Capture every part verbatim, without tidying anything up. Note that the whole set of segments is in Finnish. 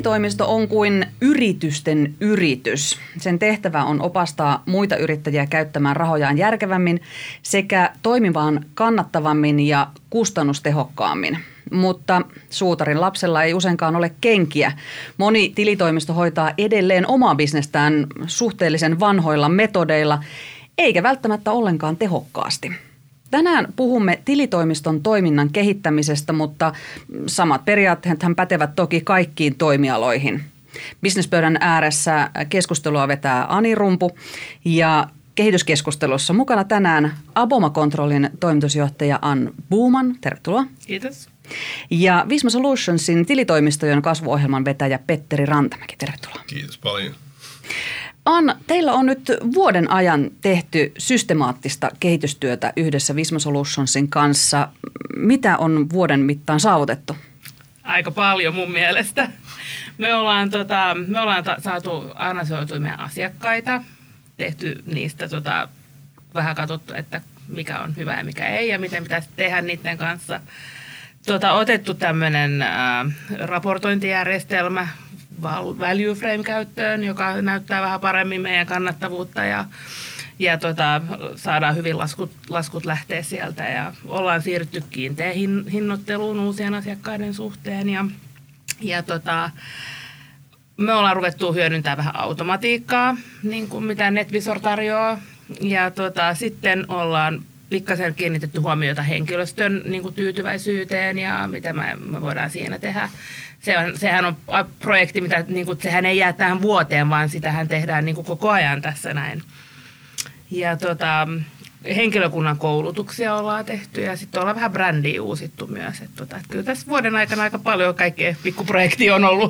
Tilitoimisto on kuin yritysten yritys. Sen tehtävä on opastaa muita yrittäjiä käyttämään rahojaan järkevämmin sekä toimimaan kannattavammin ja kustannustehokkaammin. Mutta suutarin lapsella ei useinkaan ole kenkiä. Moni tilitoimisto hoitaa edelleen omaa bisnestään suhteellisen vanhoilla metodeilla, eikä välttämättä ollenkaan tehokkaasti. Tänään puhumme tilitoimiston toiminnan kehittämisestä, mutta samat periaatteethan pätevät toki kaikkiin toimialoihin. Businesspöydän ääressä keskustelua vetää Ani Rumpu ja kehityskeskustelussa mukana tänään Aboma Controlin toimitusjohtaja Ann Buuman. Tervetuloa. Kiitos. Ja Visma Solutionsin tilitoimistojen kasvuohjelman vetäjä Petteri Rantamäki. Tervetuloa. Kiitos paljon. Anna, teillä on nyt vuoden ajan tehty systemaattista kehitystyötä yhdessä Visma Solutionsin kanssa. Mitä on vuoden mittaan saavutettu? Aika paljon mun mielestä. Me ollaan, tota, me ollaan ta- saatu analysoitua meidän asiakkaita, tehty niistä tota, vähän katsottu, että mikä on hyvä ja mikä ei ja miten pitäisi tehdä niiden kanssa. Tota, otettu tämmöinen äh, raportointijärjestelmä, value frame käyttöön, joka näyttää vähän paremmin meidän kannattavuutta ja, ja tota, saadaan hyvin laskut, laskut lähteä sieltä ja ollaan siirrytty kiinteän hin, hinnoitteluun uusien asiakkaiden suhteen ja, ja tota, me ollaan ruvettu hyödyntämään vähän automatiikkaa, niin kuin mitä NetVisor tarjoaa ja tota, sitten ollaan pikkasen kiinnitetty huomiota henkilöstön niin kuin tyytyväisyyteen ja mitä me, me voidaan siinä tehdä. Se on, sehän on projekti, mitä, niin kuin, sehän ei jää tähän vuoteen, vaan sitähän tehdään niin kuin koko ajan tässä näin. Ja tota, henkilökunnan koulutuksia ollaan tehty ja sitten ollaan vähän brändiä uusittu myös. Et, tota, et kyllä tässä vuoden aikana aika paljon kaikkea pikkuprojektia on ollut.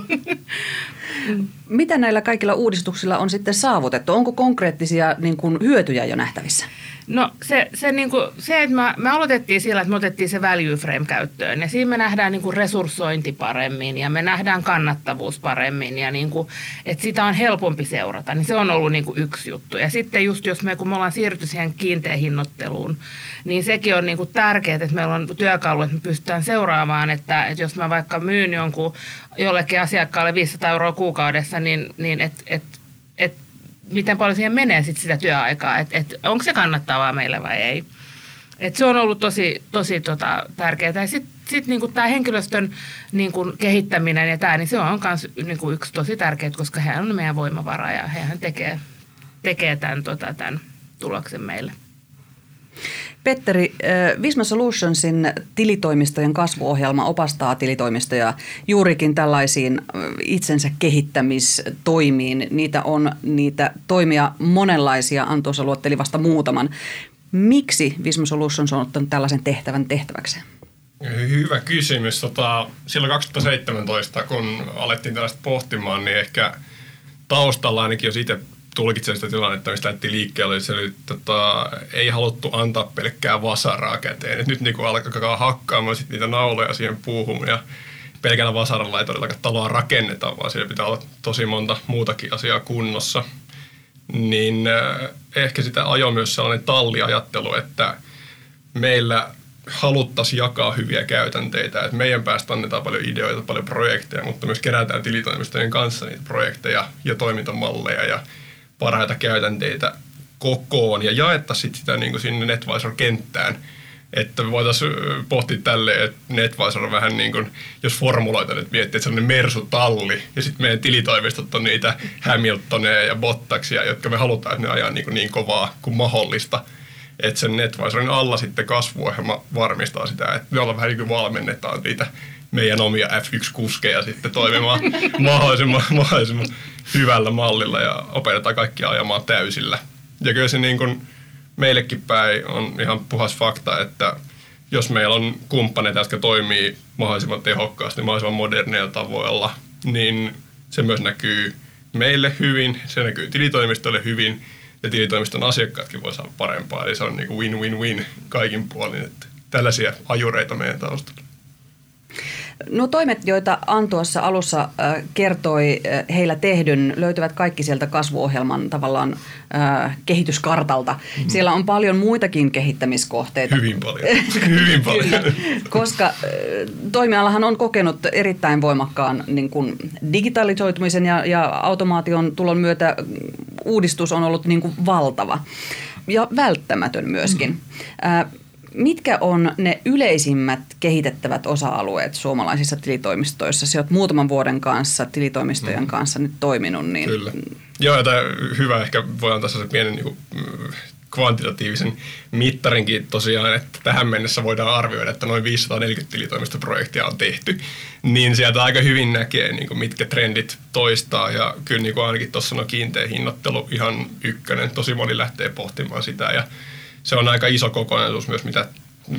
Mitä näillä kaikilla uudistuksilla on sitten saavutettu? Onko konkreettisia niin kuin, hyötyjä jo nähtävissä? No se, se, niin kuin, se että me, me aloitettiin sillä, että me otettiin se value frame käyttöön ja siinä me nähdään niin kuin resurssointi paremmin ja me nähdään kannattavuus paremmin ja niin kuin, että sitä on helpompi seurata, niin se on ollut niin kuin yksi juttu. Ja sitten just jos me, kun me ollaan siirrytty siihen kiinteän hinnoitteluun, niin sekin on niin kuin tärkeää, että meillä on työkalu, että me pystytään seuraamaan, että, että jos mä vaikka myyn jonkun jollekin asiakkaalle viisisataa euroa kuukaudessa, niin, niin että et, et, miten paljon siihen menee sit sitä työaikaa, että et, onko se kannattavaa meille vai ei. Et se on ollut tosi, tosi tota, tärkeää. Ja sitten sit, niinku tämä henkilöstön niinku, kehittäminen ja tämä, niin se on myös niinku, yksi tosi tärkeää, koska he on meidän voimavara ja hehän tekee, tekee tämän, tota, tämän tuloksen meille. Petteri, Visma Solutionsin tilitoimistojen kasvuohjelma opastaa tilitoimistoja juurikin tällaisiin itsensä kehittämistoimiin. Niitä on niitä toimia monenlaisia. Ann tuossa luetteli vasta muutaman. Miksi Visma Solutions on ottanut tällaisen tehtävän tehtäväkseen? Hyvä kysymys. Tota, silloin kaksituhattaseitsemäntoista, kun alettiin tällaista pohtimaan, niin ehkä taustalla ainakin jos itse tulkitsee sitä tilannetta, mistä lähti liikkeelle, se oli, tota, ei haluttu antaa pelkkää vasaraa käteen. Et nyt niin alkaa hakkaamaan sit niitä nauloja siihen puuhun ja pelkällä vasaralla ei todellakaan taloa rakenneta, vaan siellä pitää olla tosi monta muutakin asiaa kunnossa. Niin äh, ehkä sitä ajoi myös sellainen talliajattelu, että meillä haluttaisiin jakaa hyviä käytänteitä. Et meidän päästä annetaan paljon ideoita, paljon projekteja, mutta myös kerätään tilitoimistojen kanssa niitä projekteja ja toimintamalleja ja parhaita käytänteitä kokoon ja jaettaisiin sitä niin kuin sinne NetVisor-kenttään. Että voitaisiin pohtia tälleen, että NetVisor on vähän niin kuin, jos formuloitaan, että miettii, että sellainen Mersu-talli ja sitten meidän tilitoimistot on niitä Hamiltoneja ja Bottaksia, jotka me halutaan, että ne ajaa niin, niin kovaa kuin mahdollista. Että sen NetVisorin alla sitten kasvuohjelma varmistaa sitä, että me ollaan vähän niin kuin valmennetaan niitä meidän omia F yksi -kuskeja sitten toimimaan mahdollisimman, mahdollisimman hyvällä mallilla ja opetetaan kaikkia ajamaan täysillä. Ja kyllä se niin kuin meillekin päin on ihan puhas fakta, että jos meillä on kumppaneita, jotka toimii mahdollisimman tehokkaasti, mahdollisimman moderneilla tavoilla, niin se myös näkyy meille hyvin, se näkyy tilitoimistolle hyvin ja tilitoimiston asiakkaatkin voi saada parempaa. Eli se on niin kuin win-win-win kaikin puolin. Että tällaisia ajureita meidän taustalla. Nuo toimet, joita Ann tuossa alussa kertoi heillä tehdyn, löytyvät kaikki sieltä kasvuohjelman tavallaan kehityskartalta. Mm-hmm. Siellä on paljon muitakin kehittämiskohteita. Hyvin paljon. Hyvin paljon. Koska toimialahan on kokenut erittäin voimakkaan niin kuin digitalisoitumisen ja, ja automaation tulon myötä uudistus on ollut niin kuin valtava ja välttämätön myöskin. Mm-hmm. Mitkä on ne yleisimmät kehitettävät osa-alueet suomalaisissa tilitoimistoissa? Sä oot muutaman vuoden kanssa tilitoimistojen mm. kanssa nyt toiminut. Niin... Kyllä. Joo, tämä hyvä. Ehkä voi antaa sellaisen pienen niin kuin, kvantitatiivisen mittarinkin tosiaan, että tähän mennessä voidaan arvioida, että noin viisisataaneljäkymmentä tilitoimistoprojektia on tehty. Niin sieltä aika hyvin näkee, niin kuin, mitkä trendit toistaa. Ja kyllä niin kuin ainakin tuossa on kiinteä hinnoittelu ihan ykkönen. Tosi moni lähtee pohtimaan sitä ja se on aika iso kokonaisuus myös, mitä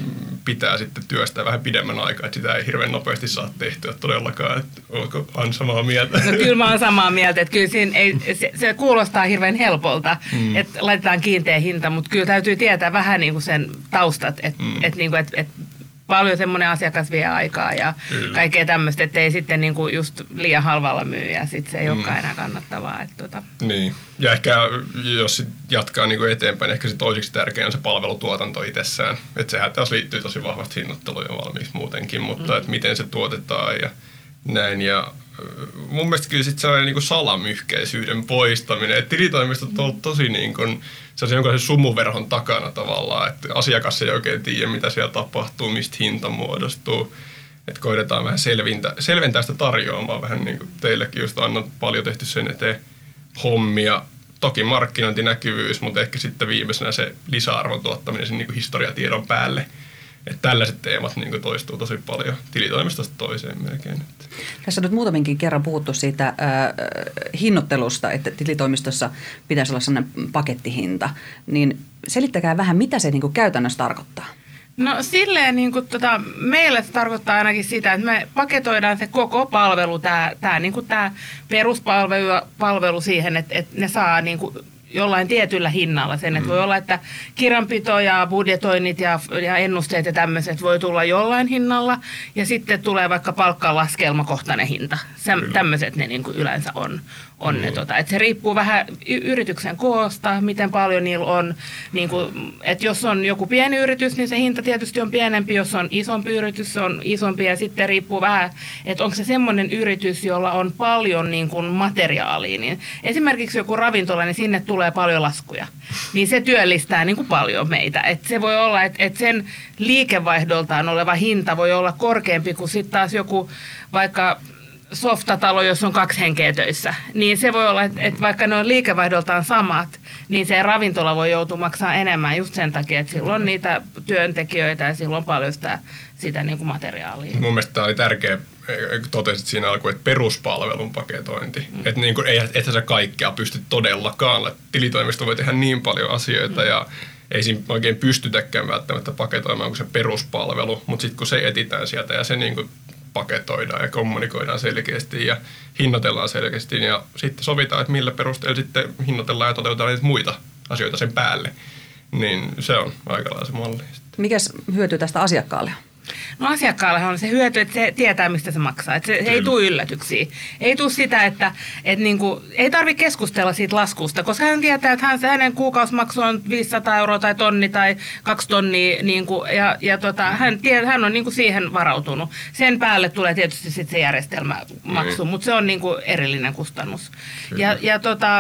pitää sitten työstää vähän pidemmän aikaa, että sitä ei hirveän nopeasti saa tehtyä todellakaan. Että oletko Ann samaa mieltä? No kyllä mä oon samaa mieltä, että kyllä siinä ei, se, se kuulostaa hirveän helpolta, mm. että laitetaan kiinteä hinta, mutta kyllä täytyy tietää vähän niin kuin sen taustat, että mm. et, niin et, et paljon semmoinen asiakas vie aikaa ja kyllä. kaikkea tämmöistä, ettei sitten niin kuin just liian halvalla myy ja sitten se ei mm. olekaan enää kannattavaa. Että tota. Niin, ja ehkä jos sit jatkaa niin kuin eteenpäin, ehkä se toiseksi tärkeä on se palvelutuotanto itsessään. Että sehän taas liittyy tosi vahvasti hinnoitteluun jo valmiiksi muutenkin, mutta mm. että miten se tuotetaan ja näin. Ja mun mielestä kyllä sitten sellainen niin kuin salamyhkäisyyden poistaminen. Että tilitoimistot on ollut tosi niin kuin se on jonkinlaisen sumuverhon takana tavallaan, että asiakas ei oikein tiedä, mitä siellä tapahtuu, mistä hinta muodostuu. Että koitetaan vähän selvintä, selventää sitä tarjoamaan vähän niin kuin teillekin, just Anna on paljon tehty sen eteen hommia. Toki markkinointinäkyvyys, mutta ehkä sitten viimeisenä se lisäarvon tuottaminen sen niin kuin historiatiedon päälle. Että tällaiset teemat niin kuin toistuu tosi paljon tilitoimistosta toiseen melkein. Tässä on nyt muutaminkin kerran puhuttu siitä äh, hinnoittelusta, että tilitoimistossa pitäisi olla sellainen pakettihinta. Niin selittäkää vähän, mitä se niin kuin käytännössä tarkoittaa. No silleen niin kuin, tota, meille se tarkoittaa ainakin sitä, että me paketoidaan se koko palvelu, tämä, tämä, niin kuin, tämä peruspalvelu palvelu siihen, että, että ne saa niin kuin, jollain tietyllä hinnalla sen, että voi olla, että kirjanpito ja budjetoinnit ja, ja ennusteet ja tämmöiset voi tulla jollain hinnalla ja sitten tulee vaikka palkkalaskelmakohtainen hinta. Tämmöiset ne niin kuin yleensä on. on mm. ne, tota, että se riippuu vähän y- yrityksen koosta, miten paljon niillä on. Niin kuin, että jos on joku pieni yritys, niin se hinta tietysti on pienempi. Jos on isompi yritys, se on isompi ja sitten riippuu vähän, että onko se semmoinen yritys, jolla on paljon niin kuin materiaalia. Niin esimerkiksi joku ravintola, niin sinne tulee paljon laskuja. Niin se työllistää niin kuin paljon meitä. Et se voi olla, että et sen liikevaihdoltaan oleva hinta voi olla korkeampi kuin sitten taas joku vaikka softatalo, jos on kaksi henkeä töissä, niin se voi olla, että, että vaikka ne on liikevaihdoltaan samat, niin se ravintola voi joutua maksaa enemmän just sen takia, että silloin on niitä työntekijöitä ja silloin on paljon sitä, sitä niin kuin materiaalia. Mun mielestä tämä oli tärkeä, kun totesit siinä alkuun, että peruspalvelun paketointi. Mm. Että niin kuin, eihän sä kaikkea pysty todellakaan. Tilitoimisto voi tehdä niin paljon asioita mm. ja ei siinä oikein pystytäkään välttämättä paketoimaan kuin se peruspalvelu, mutta sitten kun se etitään sieltä ja se niin kuin paketoidaan ja kommunikoidaan selkeästi ja hinnoitellaan selkeästi ja sitten sovitaan, että millä perusteella sitten hinnoitellaan ja toteutetaan niitä muita asioita sen päälle. Niin se on aika lailla se malli. Mikäs hyötyy tästä asiakkaalle? No asiakkaalle on se hyöty, että se tietää, mistä se maksaa. Että se, se ei tule yllätyksiä. Ei tule sitä, että et niinku, ei tarvitse keskustella siitä laskusta, koska hän tietää, että hän, hänen kuukausimaksu on viisisataa euroa tai tonni tai kaksi tonnia. Niinku, ja ja tota, hän, tie, hän on niinku siihen varautunut. Sen päälle tulee tietysti sit se järjestelmämaksu, mutta se on niinku erillinen kustannus. Kyllä. Ja, ja tota,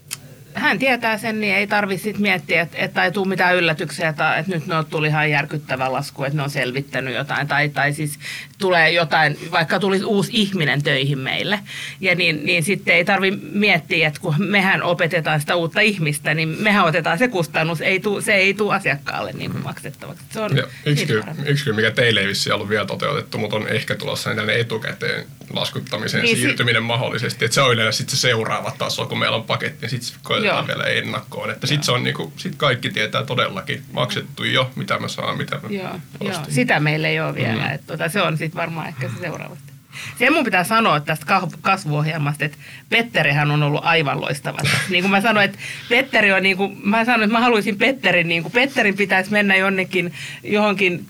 hän tietää sen, niin ei tarvitse sitten miettiä, että, että ei tule mitään yllätyksiä, että, että nyt ne tuli ihan järkyttävä lasku, että ne on selvittänyt jotain. Tai, tai siis tulee jotain, vaikka tulisi uusi ihminen töihin meille. Ja niin, niin sitten ei tarvitse miettiä, että kun mehän opetetaan sitä uutta ihmistä, niin mehän otetaan se kustannus, ei tule, se ei tule asiakkaalle niin kuin maksettavaksi. Se on yksi, kyllä, yksi kyllä, mikä teille ei vissiin ollut vielä toteutettu, mutta on ehkä tulossa tällainen etukäteen laskuttamiseen niin siirtyminen si- mahdollisesti. Että se on yleensä sitten se seuraava taso, kun meillä on paketti, niin sitten koitetaan vielä ennakkoon. Että sitten on niinku, sit kaikki tietää todellakin maksettu jo, mitä mä saan, mitä mä Joo, joo. Sitä meillä ei ole vielä. Mm. Että tota, se on sitten varmaan ehkä se seuraavasti. Sen mun pitää sanoa tästä kasvuohjelmasta, että Petterihän on ollut aivan loistava. Niin kuin mä sanoin, että Petteri on niin kuin, mä sanoin, että mä haluaisin Petterin, niin kuin Petterin pitäisi mennä jonnekin, johonkin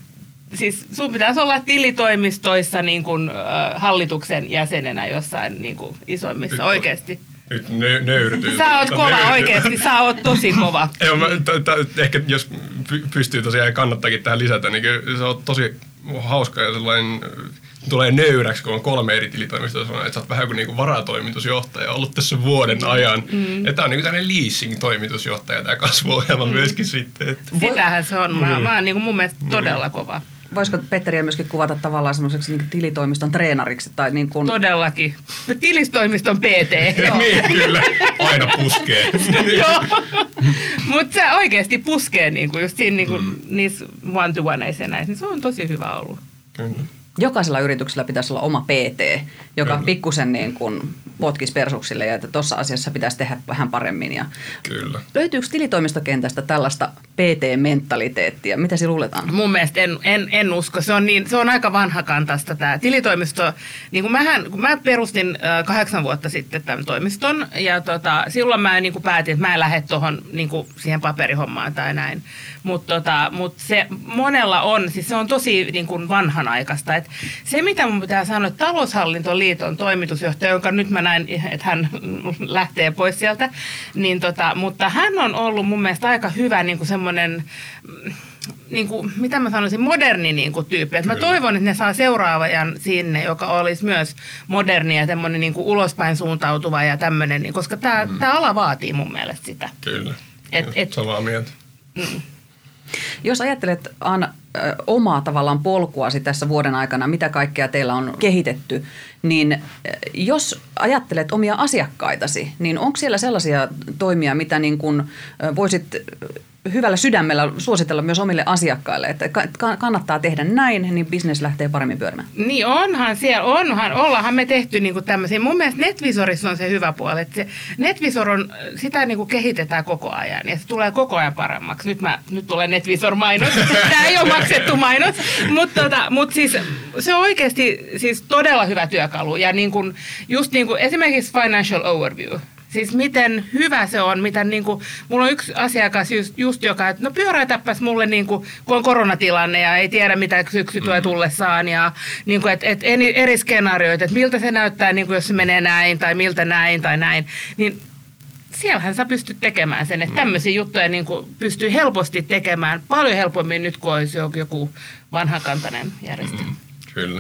siis sun pitäisi olla tilitoimistoissa niin kuin, äh, hallituksen jäsenenä jossain niin kuin isoimmissa oikeasti. Nyt nö- nöyrtyy. Sä oot kova nöyrtyy. Oikeasti, sä oot tosi kova. Joo, mä, t- t- ehkä jos pystyy tosiaan kannattakin tähän lisätä, niin se on tosi hauska ja sellainen tulee nöyräksi, kun on kolme eri tilitoimistoa, että sä oot vähän kuin niinku varatoimitusjohtaja ollut tässä vuoden ajan. Mm. Että on niinku tämmöinen leasing-toimitusjohtaja tämä kasvuohjelma mm. myöskin sitten. Että... Sitähän se on. Mä, mä oon niinku mun mielestä todella kova. Voisiko Petteriä myöskin kuvata tavallaan semmoiseksi niin tilitoimiston treenariksi? Tai niin kuin... Todellakin. Tilitoimiston P T. Niin, kyllä. Aina puskee. Joo. Mutta se oikeasti puskee niinku, just siinä niinku, mm. niissä one-to-oneissa ja näissä. Niin se on tosi hyvä ollut. Kyllä. Jokaisella yrityksellä pitäisi olla oma P T, joka Kyllä. pikkusen niin kuin potkisi persuksille ja että tuossa asiassa pitäisi tehdä vähän paremmin. Ja Kyllä. Löytyykö tilitoimistokentästä tällaista P T-mentaliteettia? Mitä sinä luuletaan? Mun mielestä en, en, en usko. Se on, niin, se on aika vanhakantaista tämä tilitoimisto. Niin kuin mähän, kun mä perustin äh, kahdeksan vuotta sitten tämän toimiston ja tota, silloin mä niin kuin päätin, että mä en lähde tuohon niin kuin siihen paperihommaan tai näin. Mutta tota, mut se monella on, siis se on tosi niin kuin vanhanaikaista. Et se, mitä mun pitää sanoa, että Taloushallintoliiton toimitusjohtaja, jonka nyt mä näin, että hän lähtee pois sieltä, niin tota, mutta hän on ollut mun mielestä aika hyvä niin kuin semmoinen, niin kuin, mitä mä sanoisin, moderni niin kuin tyyppi. Et mä toivon, että ne saa seuraavan sinne, joka olisi myös moderni ja tämmöinen niin kuin ulospäin suuntautuva ja tämmöinen, niin, koska tämä mm. ala vaatii mun mielestä sitä. Kyllä, et, et, samaa mieltä. Mm. Jos ajattelet, Anna, omaa tavallaan polkuasi tässä vuoden aikana, mitä kaikkea teillä on kehitetty, niin jos ajattelet omia asiakkaitasi, niin onko siellä sellaisia toimia, mitä niin kuin voisit hyvällä sydämellä suositella myös omille asiakkaille, että kannattaa tehdä näin, niin business lähtee paremmin pyörimään? Niin onhan siellä, onhan, ollaanhan me tehty niinku tämmöisiä. Mun mielestä NetVisorissa on se hyvä puoli, että se NetVisor on, sitä niinku kehitetään koko ajan ja se tulee koko ajan paremmaksi. Nyt, mä, nyt tulee NetVisor-mainos, tämä ei ole maksettu mainos, mutta tota, mut siis se on oikeasti siis todella hyvä työkalu ja niin kun, just niin kuin esimerkiksi Financial Overview. Siis miten hyvä se on, miten niinku, mulla on yksi asiakas just, just joka, että no pyöräitäpäs mulle niinku, kun on koronatilanne ja ei tiedä mitä syksy tulee tullessaan ja niinku, että et eri skenaarioita, että miltä se näyttää, niinku, jos se menee näin tai miltä näin tai näin, niin siellähän sä pystyt tekemään sen, että tämmöisiä juttuja niinku, pystyy helposti tekemään paljon helpommin nyt kuin olisi joku vanhakantainen järjestelmä. Kyllä.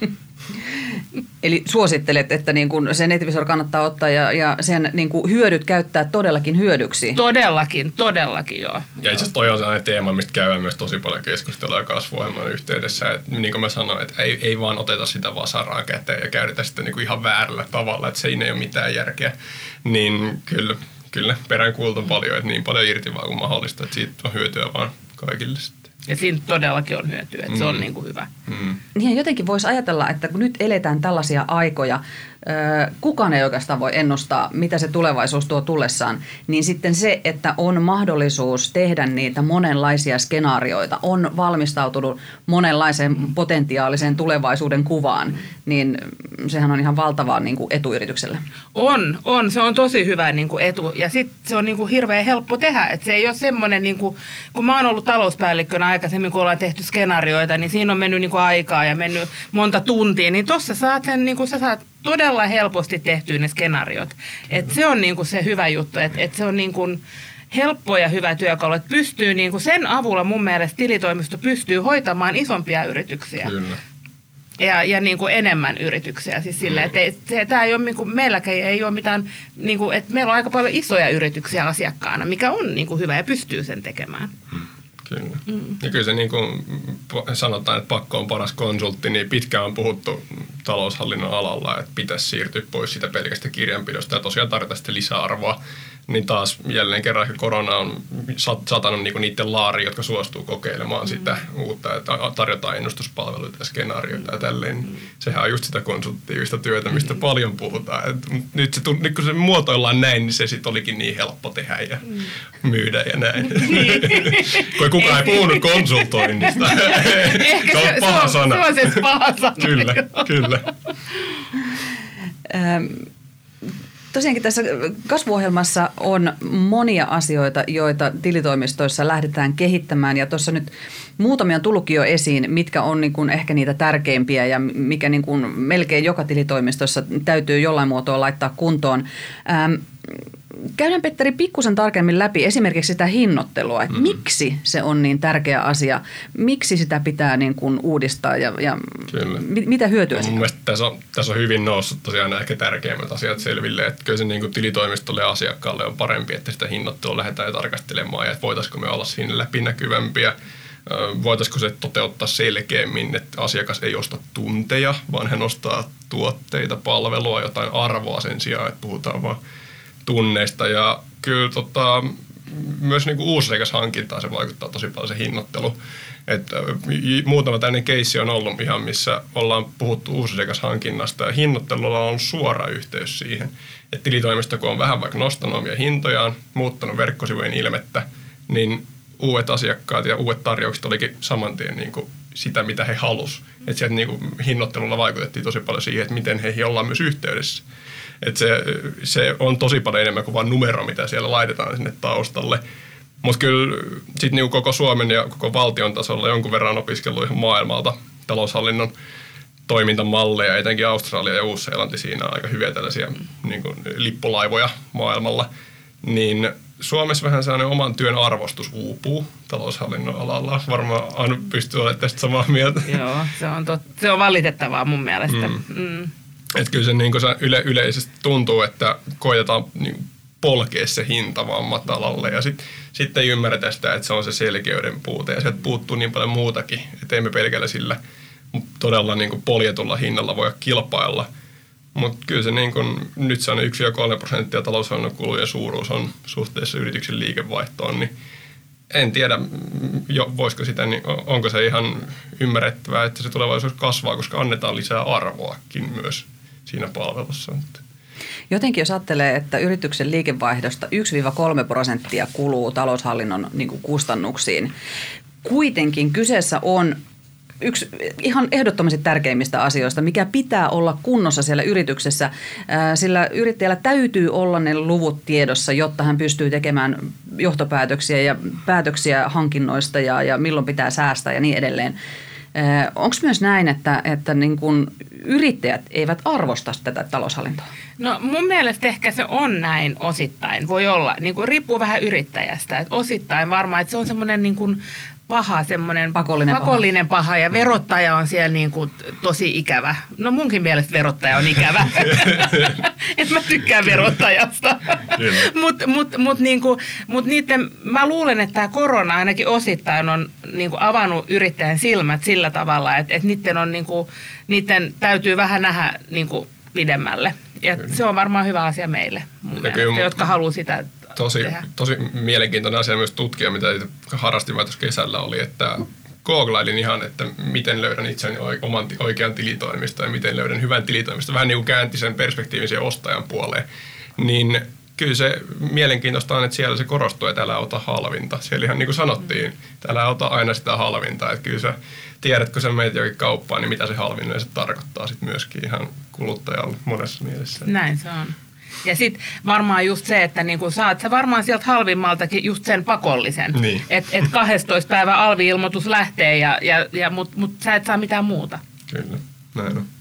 Eli suosittelet, että niin kun se NetVisor kannattaa ottaa ja, ja sen niin kun hyödyt käyttää todellakin hyödyksi? Todellakin, todellakin joo. Ja itse asiassa toi on sellainen teema, mistä käydään myös tosi paljon keskustelua kasvuohjelman yhteydessä. Että, niin kuin mä sanoin, että ei, ei vaan oteta sitä vasaraa käteen ja käytetä sitä niin kuin ihan väärällä tavalla, että siinä ei ole mitään järkeä. Niin kyllä, kyllä peräänkuulta paljon, että niin paljon irti vaan kuin mahdollista, että siitä on hyötyä vaan kaikille sitten. Ja siinä todellakin on hyötyä, että mm. se on niin kuin hyvä. Mm. Niin jotenkin voisi ajatella, että kun nyt eletään tällaisia aikoja, kukaan ei oikeastaan voi ennustaa, mitä se tulevaisuus tuo tullessaan, niin sitten se, että on mahdollisuus tehdä niitä monenlaisia skenaarioita, on valmistautunut monenlaiseen potentiaaliseen tulevaisuuden kuvaan, niin sehän on ihan valtavaa niin kuin etuyritykselle. On, on. Se on tosi hyvä niin kuin etu ja sitten se on niin kuin hirveän helppo tehdä. Et se ei ole semmoinen, niin kuin, kun mä oon ollut talouspäällikkönä aikaisemmin, kun ollaan tehty skenaarioita, niin siinä on mennyt niin kuin aikaa ja mennyt monta tuntia, niin tuossa saat sen, niin kuin sä saat todella helposti tehtyä ne skenaariot. Et se on niinku se hyvä juttu, että et se on niinku helppo ja hyvä työkalu, että pystyy niinku sen avulla mun mielestä tilitoimisto pystyy hoitamaan isompia yrityksiä. Kyllä. Ja, ja niin kuin enemmän yrityksiä. Siis sille, että ei, se, tämä ei ole, niin kuin, meilläkin ei ole mitään, niin kuin, että meillä on aika paljon isoja yrityksiä asiakkaana, mikä on niin kuin hyvä ja pystyy sen tekemään. Kyllä. Mm. Ja kyllä se niin kuin sanotaan, että pakko on paras konsultti, niin pitkään on puhuttu taloushallinnon alalla, että pitäisi siirtyä pois sitä pelkästä kirjanpidosta ja tosiaan tarjota sitten lisäarvoa. Niin taas jälleen kerran korona on satanut niinku niiden laariin, jotka suostuu kokeilemaan mm. sitä uutta, että tarjotaan ennustuspalveluita ja skenaarioita ja tälleen. Mm. Sehän on just sitä konsulttiivista työtä, mistä mm. paljon puhutaan. Et nyt, se, nyt kun se muotoillaan näin, niin se sitten olikin niin helppo tehdä ja mm. myydä ja näin. Kun kukaan ei puhunut konsultoinnista. Ehkä se on paha se, sana. Se on se paha sana. Kyllä, kyllä. Tosiaankin tässä kasvuohjelmassa on monia asioita, joita tilitoimistoissa lähdetään kehittämään ja tuossa nyt muutamia on tullutkin jo esiin, mitkä on niin kuin ehkä niitä tärkeimpiä ja mikä niin kuin melkein joka tilitoimistossa täytyy jollain muotoa laittaa kuntoon. Ähm, Käydään, Petteri, pikkusen tarkemmin läpi esimerkiksi sitä hinnoittelua, että mm. miksi se on niin tärkeä asia, miksi sitä pitää niin kuin uudistaa ja, ja mit, mitä hyötyä no, siitä on? Mun mielestä tässä on, tässä on hyvin noussut tosiaan ehkä tärkeimmät asiat selville, että kyllä se niin kuin tilitoimistolle ja asiakkaalle on parempi, että sitä hinnoittelua lähdetään jo tarkastelemaan ja että voitaisiko me olla siinä läpinäkyvämpiä, voitaisiko se toteuttaa selkeämmin, että asiakas ei osta tunteja, vaan hän ostaa tuotteita, palvelua, jotain arvoa sen sijaan, että puhutaan vaan tunneista ja kyllä tota, myös niin kuin uusasiakashankintaan se vaikuttaa tosi paljon se hinnoittelu. Et, muutama tämmöinen keissi on ollut ihan, missä ollaan puhuttu uusasiakashankinnasta ja hinnoittelulla on suora yhteys siihen. Et tilitoimisto, kun on vähän vaikka nostanut omia hintojaan, muuttanut verkkosivujen ilmettä, niin uudet asiakkaat ja uudet tarjoukset olikin saman tien niin kuin sitä, mitä he halusivat. Et sieltä niin kuin hinnoittelulla vaikutettiin tosi paljon siihen, että miten heihin ollaan myös yhteydessä. Et se, se on tosi paljon enemmän kuin vain numero, mitä siellä laitetaan sinne taustalle. Mutta kyllä sitten niinku koko Suomen ja koko valtion tasolla jonkun verran opiskellut ihan maailmalta taloushallinnon toimintamalleja, etenkin Australia ja Uusi-Seelanti siinä on aika hyviä tällaisia niinku lippulaivoja maailmalla. Niin Suomessa vähän sellainen oman työn arvostus uupuu taloushallinnon alalla. Varmaan aina pystyy olemaan tästä samaa mieltä. Joo, se on, tot, se on valitettavaa mun mielestä. Mm. Mm. Että kyllä se, niin se yle, yleisesti tuntuu, että koitetaan niin polkea se hinta vaan matalalle ja sitten sit ei ymmärretä sitä, että se on se selkeyden puute ja sieltä puuttuu niin paljon muutakin, että emme pelkällä sillä todella niin poljetulla hinnalla voi kilpailla. Mutta kyllä se niin kuin, nyt se on yksi pilkku kolme prosenttia taloushallinnon kulujen suuruus on suhteessa yrityksen liikevaihtoon, niin en tiedä, jo, voisiko sitä, niin onko se ihan ymmärrettävää, että se tulevaisuus kasvaa, koska annetaan lisää arvoakin myös siinä palvelussa. Jotenkin jos ajattelee, että yrityksen liikevaihdosta yksi kolme prosenttia kuluu taloushallinnon niin kuin kustannuksiin, kuitenkin kyseessä on yksi ihan ehdottomasti tärkeimmistä asioista, mikä pitää olla kunnossa siellä yrityksessä, sillä yrittäjällä täytyy olla ne luvut tiedossa, jotta hän pystyy tekemään johtopäätöksiä ja päätöksiä hankinnoista ja, ja milloin pitää säästää ja niin edelleen. Onko myös näin, että, että niin kun yrittäjät eivät arvosta tätä taloushallintoa? No mun mielestä ehkä se on näin osittain. Voi olla. Niin kun riippuu vähän yrittäjästä. Et osittain varmaan, että se on semmoinen niin kun paha, semmoinen pakollinen, pakollinen paha. paha ja verottaja on siellä niin kuin tosi ikävä. No munkin mielestä verottaja on ikävä. Et mä tykkään verottajasta. Mutta mut, mut niinku, mut niiden, mä luulen, että tämä korona ainakin osittain on niinku avannut yrittäjän silmät sillä tavalla, että et niiden, on niinku, niiden täytyy vähän nähdä niinku pidemmälle. Ja se on varmaan hyvä asia meille, mun mielestä, kyllä, jotka haluaa sitä tosi, tehdä. Tosi mielenkiintoinen asia myös tutkia, mitä harrastin tuossa kesällä oli, että googlailin ihan, että miten löydän itseni oman oikean tilitoimista ja miten löydän hyvän tilitoimista. Vähän niin kuin käänti sen perspektiivin siihen ostajan puoleen. Niin kyllä se mielenkiintoista on, että siellä se korostuu, että älä ota halvinta. Siellä ihan niin kuin sanottiin, että älä ota aina sitä halvinta. Että kyllä sä tiedät, kun sä menet jokin kauppaan, niin mitä se halvin yleensä tarkoittaa sit myöskin ihan kuluttajalle monessa mielessä. Näin se on. Ja sitten varmaan just se, että niinku saat sä varmaan sieltä halvimmaltakin just sen pakollisen. Niin. Että et kahdestoista päivä alvi-ilmoitus lähtee, ja, ja, ja, mutta mut sä et saa mitään muuta. Kyllä, näin on.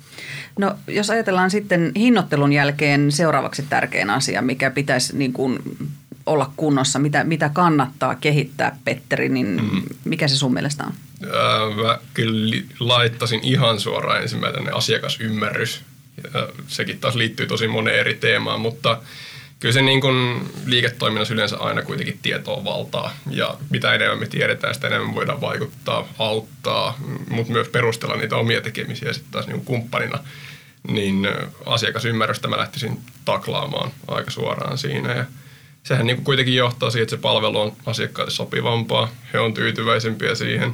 No jos ajatellaan sitten hinnoittelun jälkeen seuraavaksi tärkein asia, mikä pitäisi niin kuin olla kunnossa, mitä, mitä kannattaa kehittää, Petteri, niin mm. mikä se sun mielestä on? Öö, mä kyllä laittaisin ihan suoraan ensimmäinen asiakasymmärrys. Ja sekin taas liittyy tosi moneen eri teemaan, mutta kyllä se niin kuin liiketoiminnassa yleensä aina kuitenkin tietoa valtaa. Ja mitä enemmän me tiedetään, sitä enemmän voidaan vaikuttaa, auttaa, mutta myös perustella niitä omia tekemisiä sitten taas niin kuin kumppanina. Niin asiakasymmärrystä mä lähtisin taklaamaan aika suoraan siinä. Ja sehän niin kuin kuitenkin johtaa siihen, että se palvelu on asiakkaille sopivampaa, he on tyytyväisempiä siihen.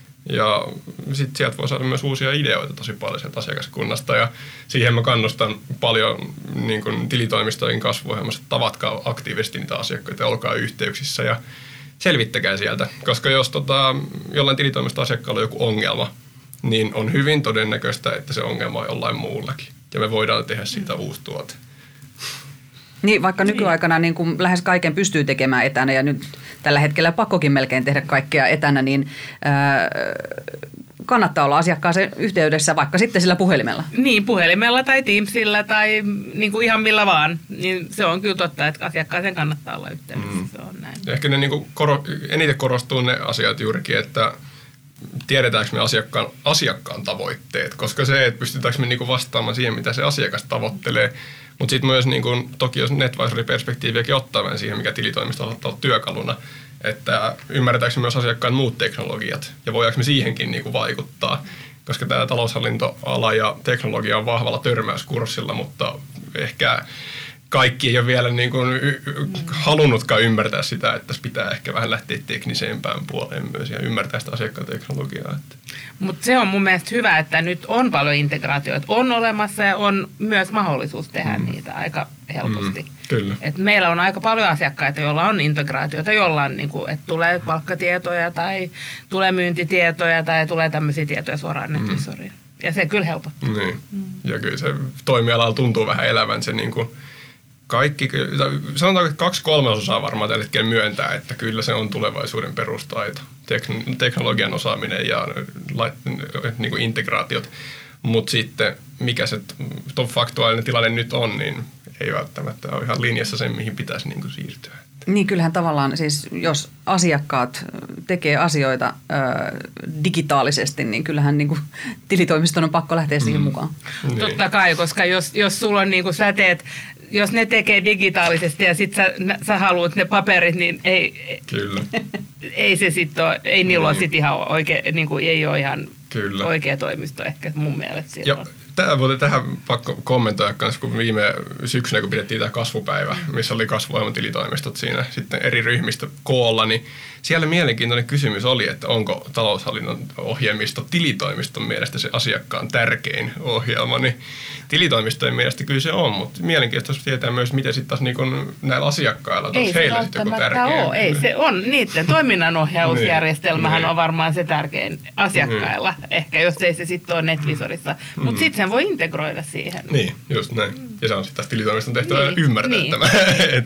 Ja sitten sieltä voi saada myös uusia ideoita tosi paljon sieltä asiakaskunnasta. Ja siihen mä kannustan paljon niin kuin tilitoimistojen kasvuohjelmassa, että tavatkaa aktiivisesti niitä asiakkaita ja olkaa yhteyksissä ja selvittäkää sieltä. Koska jos tota, jollain tilitoimiston asiakkaalla on joku ongelma, niin on hyvin todennäköistä, että se ongelma on jollain muullakin. Ja me voidaan tehdä siitä uusi tuote. Niin, vaikka nykyaikana niin kuin lähes kaiken pystyy tekemään etänä ja nyt tällä hetkellä pakkokin melkein tehdä kaikkea etänä, niin ää, kannattaa olla asiakkaaseen yhteydessä vaikka sitten sillä puhelimella. Niin, puhelimella tai Teamsilla tai niin kuin ihan millä vaan. Niin se on kyllä totta, että asiakkaaseen kannattaa olla yhteydessä. Mm. Se on näin. Ehkä ne niin kuin koro, eniten korostuu ne asiat juurikin, että tiedetäänkö me asiakkaan, asiakkaan tavoitteet, koska se, että pystytäänkö me niin kuin vastaamaan siihen, mitä se asiakas tavoittelee. Mutta sitten myös, niin kun, toki jos NetVisor-perspektiiviäkin ottaa vähän siihen, mikä tilitoimisto ottaa työkaluna, että ymmärretäänkö myös asiakkaan muut teknologiat ja voidaanko me siihenkin niin kuin vaikuttaa, koska tämä taloushallintoala ja teknologia on vahvalla törmäyskurssilla, mutta ehkä kaikki ei ole vielä niin kuin y- y- halunnutkaan ymmärtää sitä, että tässä pitää ehkä vähän lähteä teknisempään puoleen myös ja ymmärtää sitä asiakkaan teknologiaa. Mutta se on mun mielestä hyvä, että nyt on paljon integraatioita, on olemassa ja on myös mahdollisuus tehdä mm. niitä aika helposti. Mm, kyllä. Et meillä on aika paljon asiakkaita, joilla on integraatioita, joilla on, niin kuin, että tulee palkkatietoja tai tulee myyntitietoja tai tulee tämmöisiä tietoja suoraan mm. NetVisoriin. Ja se kyllä helpottaa. Niin. Mm. Ja kyllä se toimialalla tuntuu vähän elävän se niin kuin kaikki, sanotaanko, että kaksi kolmasosaa varmaan tällä hetkellä myöntää, että kyllä se on tulevaisuuden perustaito, teknologian osaaminen ja niin kuin integraatiot. Mutta sitten mikä se faktuaalinen tilanne nyt on, niin ei välttämättä ole ihan linjassa sen, mihin pitäisi niin kuin siirtyä. Niin kyllähän tavallaan siis, jos asiakkaat tekee asioita ö, digitaalisesti, niin kyllähän niin kuin tilitoimiston on pakko lähteä siihen mm. mukaan. Niin. Totta kai, koska jos, jos sulla on niin kuin sä teet, jos ne tekee digitaalisesti ja sit sä, sä haluat ne paperit, niin ei, Kyllä. ei se sit ole, ei niillä niin. ole sit ihan oikein, niin kuin ei ole ihan Kyllä. oikea toimisto ehkä mun mielestä silloin. Tämä vuoteen tähän pakko kommentoida myös, kun viime syksynä, kun pidettiin tämä kasvupäivä, missä oli kasvuohjelman tilitoimistot siinä sitten eri ryhmistä koolla, niin siellä mielenkiintoinen kysymys oli, että onko taloushallinnon ohjelmisto tilitoimiston mielestä se asiakkaan tärkein ohjelma, niin tilitoimistojen mielestä kyllä se on, mutta mielenkiintoista tietää myös, miten sitten taas niin näillä asiakkailla, onko heillä sitten joku tärkein. Ole. Ei se on, niiden toiminnanohjausjärjestelmähän niin. on varmaan se tärkein asiakkailla, mm. ehkä jos ei se sitten ole NetVisorissa, mm. mutta sitten sen voi integroida siihen. Niin, just näin. Ja se on sitten taas tilitoimiston tehtävä niin. ymmärtää niin. tämä.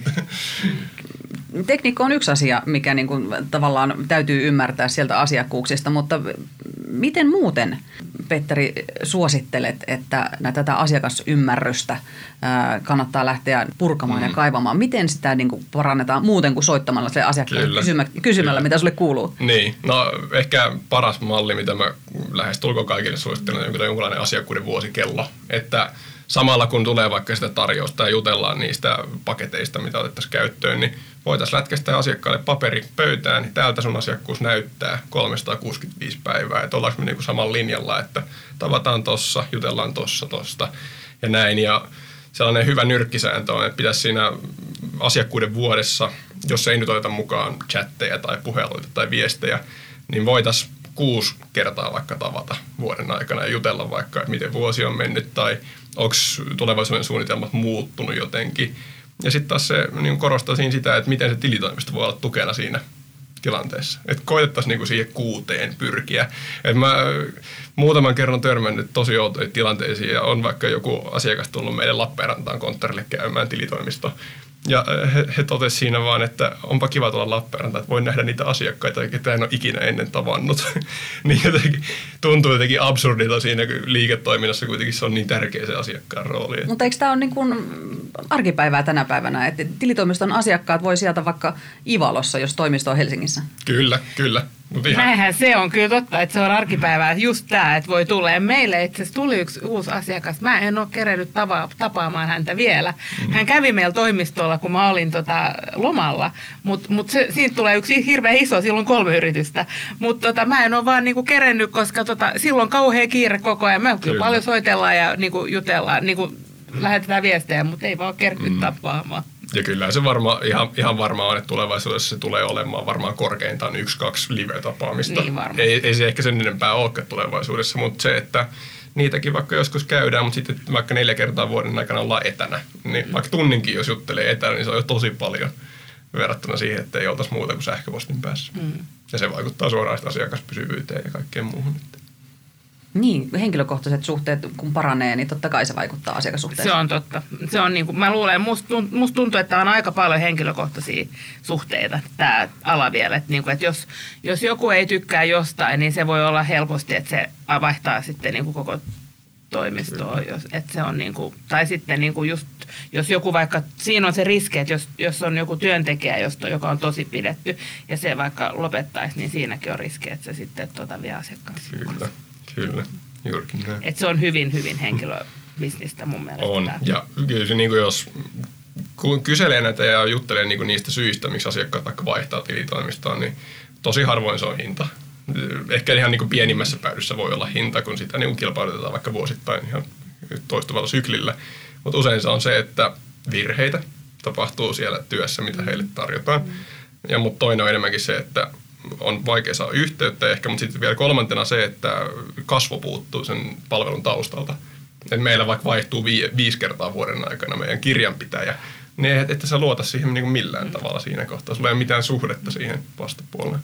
Tekniikka on yksi asia, mikä niin kuin tavallaan täytyy ymmärtää sieltä asiakkuuksista, mutta miten muuten, Petteri, suosittelet, että tätä asiakasymmärrystä kannattaa lähteä purkamaan mm. ja kaivamaan? Miten sitä niin kuin parannetaan muuten kuin soittamalla se asiakkaalle kysymä, kysymällä, Kyllä. mitä sulle kuuluu? Niin, no ehkä paras malli, mitä mä lähestulkoon kaikille suosittelen, on jonkinlainen asiakkuuden vuosikello, että samalla kun tulee vaikka sitä tarjousta ja jutellaan niistä paketeista, mitä otettaisiin käyttöön, niin voitaisiin lätkästä asiakkaalle paperi pöytään, niin täältä sun asiakkuus näyttää kolmesataakuusikymmentäviisi päivää, että ollaanko me niinku samalla linjalla, että tavataan tossa, jutellaan tossa, tosta ja näin. Ja sellainen hyvä nyrkkisääntö on, että pitäisi siinä asiakkuuden vuodessa, jos ei nyt oteta mukaan chatteja tai puheluita tai viestejä, niin voitaisiin kuusi kertaa vaikka tavata vuoden aikana ja jutella vaikka, että miten vuosi on mennyt tai onko tulevaisuuden suunnitelmat muuttunut jotenkin. Ja sitten taas se niin korostaa siinä sitä, että miten se tilitoimisto voi olla tukena siinä tilanteessa. Että koitettaisiin niinku siihen kuuteen pyrkiä. Et mä muutaman kerran törmännyt tosi outoja tilanteisiin ja on vaikka joku asiakas tullut meidän Lappeenrantaan konttorille käymään tilitoimisto. Ja he, he totesivat siinä vaan, että onpa kiva tulla Lappeenrantaan, että voin nähdä niitä asiakkaita, ketä en ole ikinä ennen tavannut. Niin jotenkin tuntuu jotenkin absurdilta siinä liiketoiminnassa, kuitenkin se on niin tärkeä se asiakkaan rooli. Mutta eikö tämä ole niin kuin arkipäivää tänä päivänä, että tilitoimiston asiakkaat voi sieltä vaikka Ivalossa, jos toimisto on Helsingissä? Kyllä, kyllä. Ihan. Näinhän se on kyllä totta, että se on arkipäivää just tämä, että voi tulla. Ja meille itse asiassa tuli yksi uusi asiakas. Mä en ole kerennyt tava- tapaamaan häntä vielä. Mm. Hän kävi meillä toimistolla, kun mä olin tota lomalla, mutta mut siitä tulee yksi hirveän iso, silloin kolme yritystä. Mutta tota, mä en ole vaan niinku kerennyt, koska tota, silloin on kauhea kiire koko ajan. Mä kyllä paljon soitellaan ja niinku jutellaan, niinku lähetetään viestejä, mutta ei vaan kerty mm. tapaamaan. Ja kyllä se varma, ihan, ihan varmaan on, että tulevaisuudessa se tulee olemaan varmaan korkeintaan yksi, kaksi live-tapaamista. Niin ei, ei se ehkä sen enempää olekaan tulevaisuudessa, mutta se, että niitäkin vaikka joskus käydään, mutta sitten vaikka neljä kertaa vuoden aikana ollaan etänä, niin mm. vaikka tunninkin jos juttelee etänä, niin se on jo tosi paljon verrattuna siihen, että ei oltaisi muuta kuin sähköpostin päässä. Mm. Ja se vaikuttaa suoraan asiakaspysyvyyteen ja kaikkeen muuhun. Niin, henkilökohtaiset suhteet kun paranee, niin totta kai se vaikuttaa asiakassuhteeseen. Se on totta. Se on niin kuin, mä luulen, musta must tuntuu, että on aika paljon henkilökohtaisia suhteita tämä ala vielä. Että, niin kuin, että jos, jos joku ei tykkää jostain, niin se voi olla helposti, että se vaihtaa sitten niin kuin koko toimistoa. Jos, että se on niin kuin, tai sitten niin kuin just, jos joku vaikka, siinä on se riski, että jos, jos on joku työntekijä, josta, joka on tosi pidetty, ja se vaikka lopettaisi, niin siinäkin on riski, että se sitten tuota vie asiakkaan. Kyllä. Kyllä, juurikin näin. Et se on hyvin, hyvin henkilöbisnistä mun mielestä. On, ja kyllä se niin kuin jos kun kyselee näitä ja juttelee niin kuin niistä syistä, miksi asiakkaat vaikka vaihtaa tilitoimistoon, niin tosi harvoin se on hinta. Ehkä ihan niin kuin pienimmässä päädyssä voi olla hinta, kun sitä niin kuin kilpailutetaan vaikka vuosittain ihan toistuvalla syklillä. Mutta usein se on se, että virheitä tapahtuu siellä työssä, mitä heille tarjotaan. Ja mutta toinen on enemmänkin se, että on vaikea saada yhteyttä ehkä, mutta sitten vielä kolmantena se, että kasvo puuttuu sen palvelun taustalta. Et meillä vaikka vaihtuu vi- viisi kertaa vuoden aikana meidän kirjanpitäjä, niin et, että sä luota siihen niin kuin millään tavalla siinä kohtaa. Sulla ei ole mitään suhdetta siihen vastapuoleen.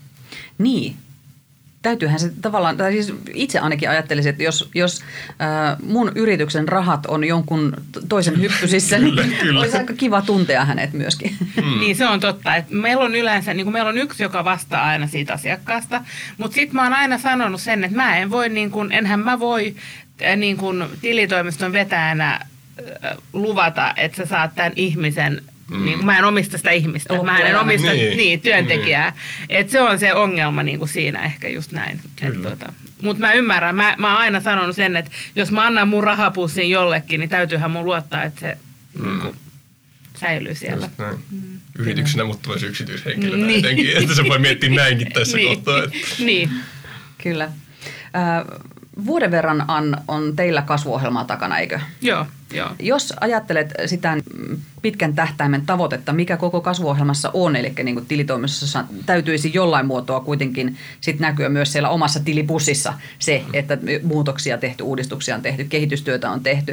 Niin. Täytyyhän se tavallaan, tai siis itse ainakin ajattelisin, että jos, jos äh, mun yrityksen rahat on jonkun toisen hyppysissä, kyllä, niin kyllä. Olisi aika kiva tuntea hänet myöskin. Mm. Niin se on totta, että meillä on yleensä, niin kuin meillä on yksi, joka vastaa aina siitä asiakkaasta, mutta sitten mä oon aina sanonut sen, että mä en voi, niin kuin, enhän mä voi niin kuin tilitoimiston vetäjänä äh, luvata, että sä saat tämän ihmisen. Mm. Niin, mä en omista sitä ihmistä, oh, mä en omista niin, niin, työntekijää. Niin. Et se on se ongelma niin kuin siinä ehkä just näin. Tuota. Mutta mä ymmärrän, mä, mä oon aina sanonut sen, että jos mä annan mun rahapussin jollekin, niin täytyyhän mun luottaa, että se mm. niin kuin, säilyy siellä. Mm. Yrityksenä, mutta myös yksityishenkilönä niin. Etenkin, että se voi miettiä näinkin tässä niin. kohtaa. Että. Niin. Kyllä. Äh, vuoden verran on, on teillä kasvuohjelmaa takana, eikö? Joo, joo. Jos ajattelet sitä pitkän tähtäimen tavoitetta, mikä koko kasvuohjelmassa on, eli niin kuin tilitoimistossa täytyisi jollain muotoa kuitenkin sit näkyä myös siellä omassa tilipussissa se, että muutoksia on tehty, uudistuksia on tehty, kehitystyötä on tehty.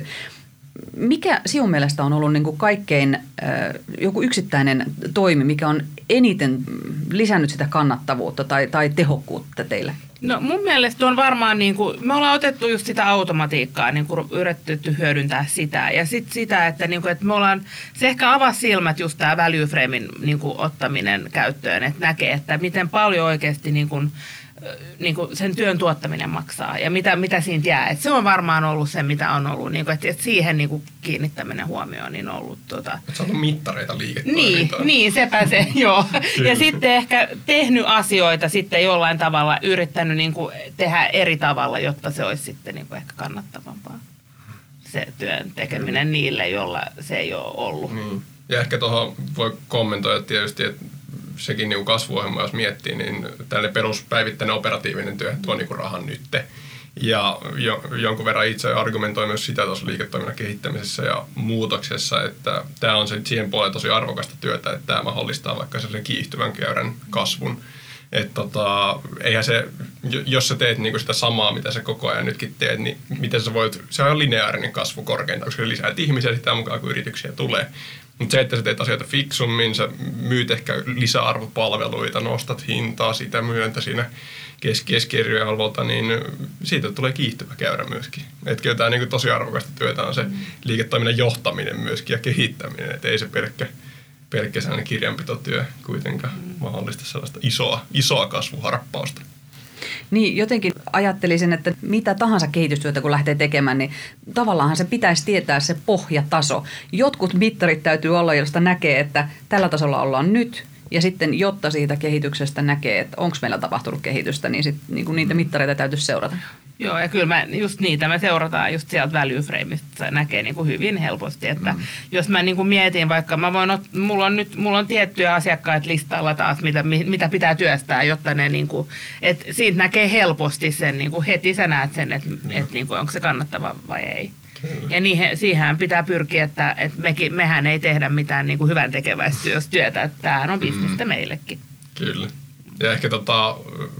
Mikä sinun mielestä on ollut niin kuin kaikkein äh, joku yksittäinen toimi, mikä on eniten lisännyt sitä kannattavuutta tai, tai tehokkuutta teille? No mun mielestä on varmaan, niin kuin, me ollaan otettu just sitä automatiikkaa, niin kuin yritetty hyödyntää sitä. Ja sitten sitä, että, niin kuin, että me ollaan, se ehkä avasi silmät just tämä value framein niin kuin ottaminen käyttöön, että näkee, että miten paljon oikeasti niin kuin, niin kuin sen työn tuottaminen maksaa ja mitä, mitä siitä jää. Et se on varmaan ollut se, mitä on ollut, niin kuin, että, että siihen niin kuin kiinnittäminen huomioon niin on ollut. Tota... Että se on ollut mittareita liiketoimintaan. Niin, niin, sepä se, joo. Ja sitten ehkä tehnyt asioita sitten jollain tavalla, yrittänyt niin kuin tehdä eri tavalla, jotta se olisi sitten niin kuin ehkä kannattavampaa. Se työn tekeminen niille, jolla se ei ole ollut. Niin. Ja ehkä tuohon voi kommentoida tietysti, että sekin niin kasvuohjelma, jos miettii, niin tällainen peruspäivittäinen operatiivinen työ tuo niin rahan nytte. Ja jo, jonkun verran itse argumentoi myös sitä tuossa liiketoiminnan kehittämisessä ja muutoksessa, että tämä on se siihen puolelle tosi arvokasta työtä, että tämä mahdollistaa vaikka sen kiihtyvän käyrän kasvun. Että tota, eihän se, jos sä teet niinku sitä samaa, mitä sä koko ajan nytkin teet, niin miten sä voit, se on lineaarinen kasvu korkeinta, koska sä lisäät ihmisiä sitä mukaan, kun yrityksiä tulee. Mutta se, että sä teet asioita fiksummin, sä myyt ehkä lisäarvopalveluita, nostat hintaa sitä myöntä siinä kes- keskiarvolta, niin siitä tulee kiihtyvä käyrä myöskin. Että kyllä tämä niin tosi arvokasta työtä on se mm. liiketoiminnan johtaminen myöskin ja kehittäminen, että ei se pelkkä, pelkkä sellainen kirjanpitotyö kuitenkaan mm. mahdollista sellaista isoa, isoa kasvuharppausta. Niin, jotenkin ajattelisin, että mitä tahansa kehitystyötä kun lähtee tekemään, niin tavallaan se pitäisi tietää se pohjataso. Jotkut mittarit täytyy olla, josta näkee, että tällä tasolla ollaan nyt, ja sitten jotta siitä kehityksestä näkee, että onko meillä tapahtunut kehitystä, niin, sit, niin kuin niitä mittareita täytyisi seurata. Joo, ja kyllä mä, just niitä me seurataan just sieltä value frameista, näkee niin kuin hyvin helposti, että mm. jos mä niin kuin mietin vaikka, mä voin ot, mulla on nyt mulla on tiettyjä asiakkaita listalla taas, mitä, mitä pitää työstää, jotta ne niin kuin, että siitä näkee helposti sen, niin kuin heti sä näet sen, että, mm. että niin kuin, onko se kannattava vai ei. Kyllä. Ja niihin, siihen pitää pyrkiä, että, että mekin, mehän ei tehdä mitään niin kuin hyvän tekeväistyötä, että tämähän on bisnestä mm. meillekin. Kyllä. Ja ehkä tota...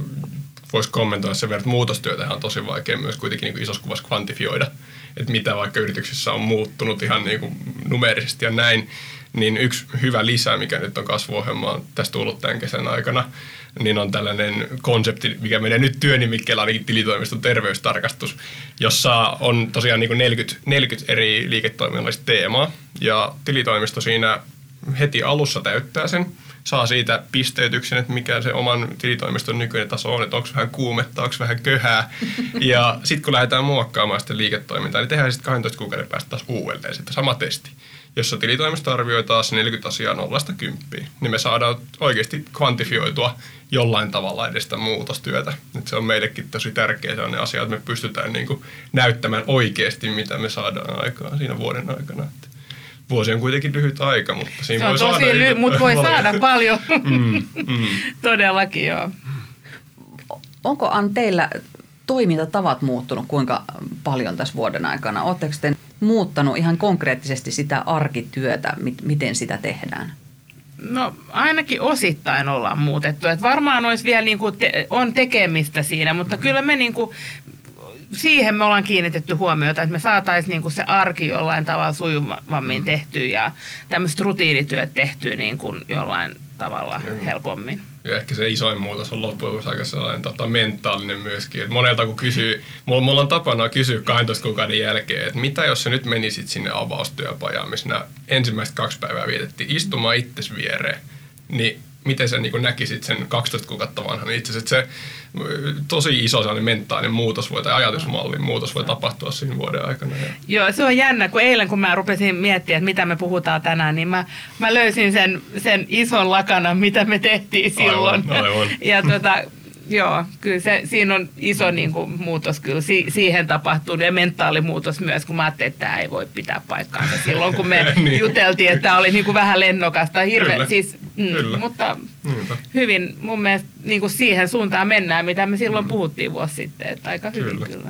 voisi kommentoida sen verran, että muutostyötähän on tosi vaikea myös kuitenkin niin kuin isossa kuvassa kvantifioida, että mitä vaikka yrityksissä on muuttunut ihan niin kuin numeerisesti ja näin, Niin yksi hyvä lisä, mikä nyt on kasvuohjelmaan tässä tullut tämän kesän aikana, niin on tällainen konsepti, mikä menee nyt työnimikkeellä ainakin tilitoimiston terveystarkastus, jossa on tosiaan niin kuin neljäkymmentä, neljäkymmentä eri liiketoiminnallista teemaa. Ja tilitoimisto siinä heti alussa täyttää sen. Saa siitä pisteytyksen, että mikä se oman tilitoimiston nykyinen taso on, että onko vähän kuumetta, onko vähän köhää. Ja sitten kun lähdetään muokkaamaan sitä liiketoimintaa, niin tehdään sitten kahdentoista kuukauden päästä taas uudelleen sitten sama testi, jossa tilitoimisto arvioi taas neljäkymmentä asiaa nollasta kymppiin. Niin me saadaan oikeasti kvantifioitua jollain tavalla edes sitä muutostyötä. Et se on meillekin tosi tärkeä sellainen asia, että me pystytään niinku näyttämään oikeasti, mitä me saadaan aikaan siinä vuoden aikana. Vuosi on kuitenkin lyhyt aika, mutta siinä se voi saada... Se on tosi lyhyt, mutta voi saada paljon. Mm, mm. Todellakin, joo. Onko Ann teillä toimintatavat muuttunut kuinka paljon tässä vuoden aikana? Oletteko te muuttanut ihan konkreettisesti sitä arkityötä, miten sitä tehdään? No ainakin osittain ollaan muutettu. Et varmaan olisi vielä niinku te, on tekemistä siinä, mutta kyllä me niinku... Siihen me ollaan kiinnitetty huomiota, että me saataisiin niinku se arki jollain tavalla sujuvammin tehtyä ja tämmöiset rutiinityöt tehtyä niinku jollain tavalla helpommin. Ja ehkä se isoin muutos on loppujen lopuksi aika sellainen tota, mentaalinen myöskin. Et monelta kun kysyy, mulla, mulla on tapana kysyä kahdentoista kuukauden jälkeen, että mitä jos sä nyt menisit sinne avaustyöpajaan, missä nämä ensimmäiset kaksi päivää vietettiin istumaan itsesi viereen, niin miten sä niin näkisit sen kaksitoista kuukautta vanhan? Itse asiassa se tosi iso sellainen mentaalinen muutos voi, tai ajatusmallin muutos voi tapahtua siinä vuoden aikana. Ja. Joo, se on jännä, kun eilen kun mä rupesin miettimään, että mitä me puhutaan tänään, niin mä, mä löysin sen, sen ison lakanan, mitä me tehtiin silloin. Aivan, aivan. Ja tuota, joo, kyllä se, siinä on iso niin kuin, muutos kyllä si, siihen tapahtunut ja mentaalimuutos myös, kun mä ajattelin, että tämä ei voi pitää paikkaansa silloin, kun me niin. juteltiin, että tämä oli niin kuin vähän lennokasta. Hirve, siis, mm, mutta Niinpä. hyvin mun mielestä niin kuin siihen suuntaan mennään, mitä me silloin mm. puhuttiin vuosi sitten, että aika hyvin kyllä. kyllä.